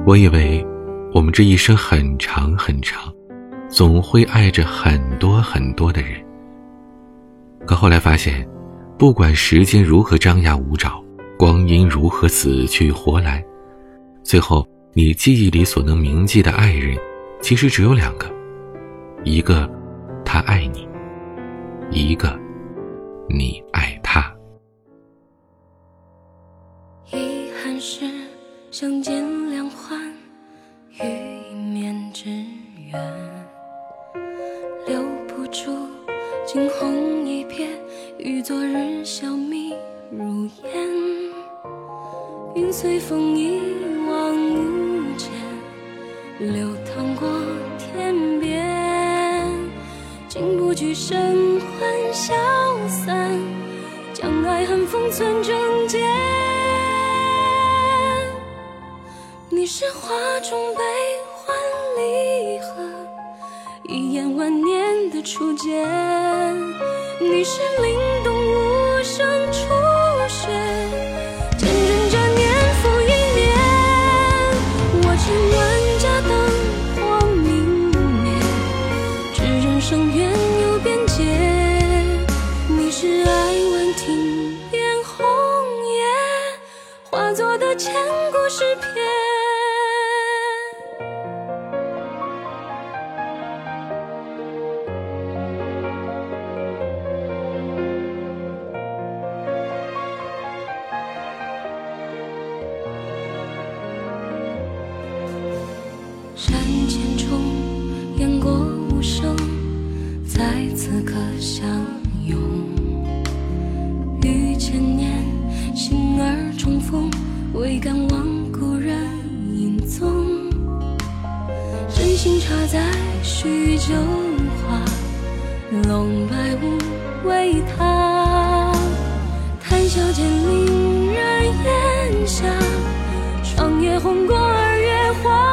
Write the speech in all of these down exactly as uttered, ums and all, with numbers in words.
我以为我们这一生很长很长，总会爱着很多很多的人。可后来发现，不管时间如何张牙舞爪，光阴如何死去活来，最后你记忆里所能铭记的爱人其实只有两个，一个他爱你，一个你爱他。 遗憾是相见两欢，与一面之缘，留不住惊鸿一瞥，与昨日消弭如烟。云随风一往无前，流淌过天边，经不去神魂消散，将爱恨封存成茧。你是画中悲欢离合，一眼万年的初见，你是灵动无声初雪，见证着年复一年。我趁万家灯火明灭，只人生缘有边界。你是爱问庭边红叶，化作的千古诗篇。山间中烟过无声，在此刻相拥。遇千年，心儿重逢，未敢忘故人影踪。真心插在许酒花，笼白无为他。谈笑间令人咽下，霜叶红过二月花。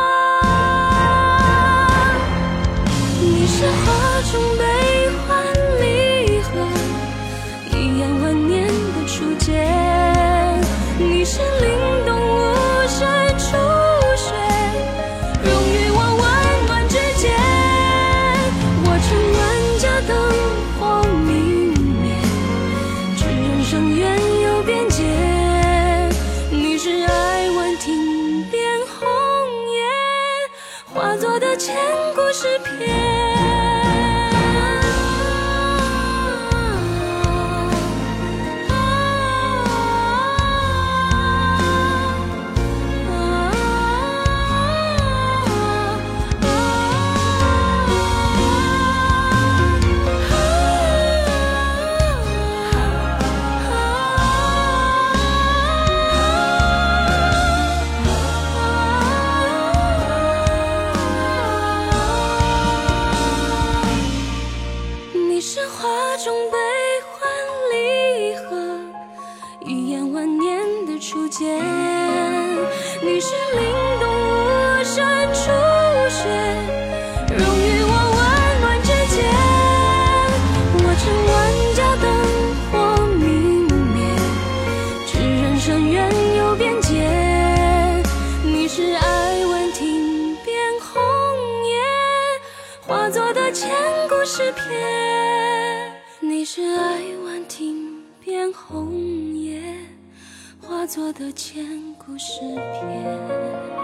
你是画中悲欢离合，一眼万年的初见。你是灵动无声初雪，融于我万万之间。我趁万家灯火明灭，只人生缘有边界。你是爱问庭边红叶，化作的千古诗篇。你是画中悲欢离合，一眼万年的初见。你是灵动无声初雪，融于我万万之间。我趁万家灯火明灭，只人生缘有边界。你是爱问庭边红叶，化作的千古诗篇。你是爱问庭边红叶，化作的千古诗篇。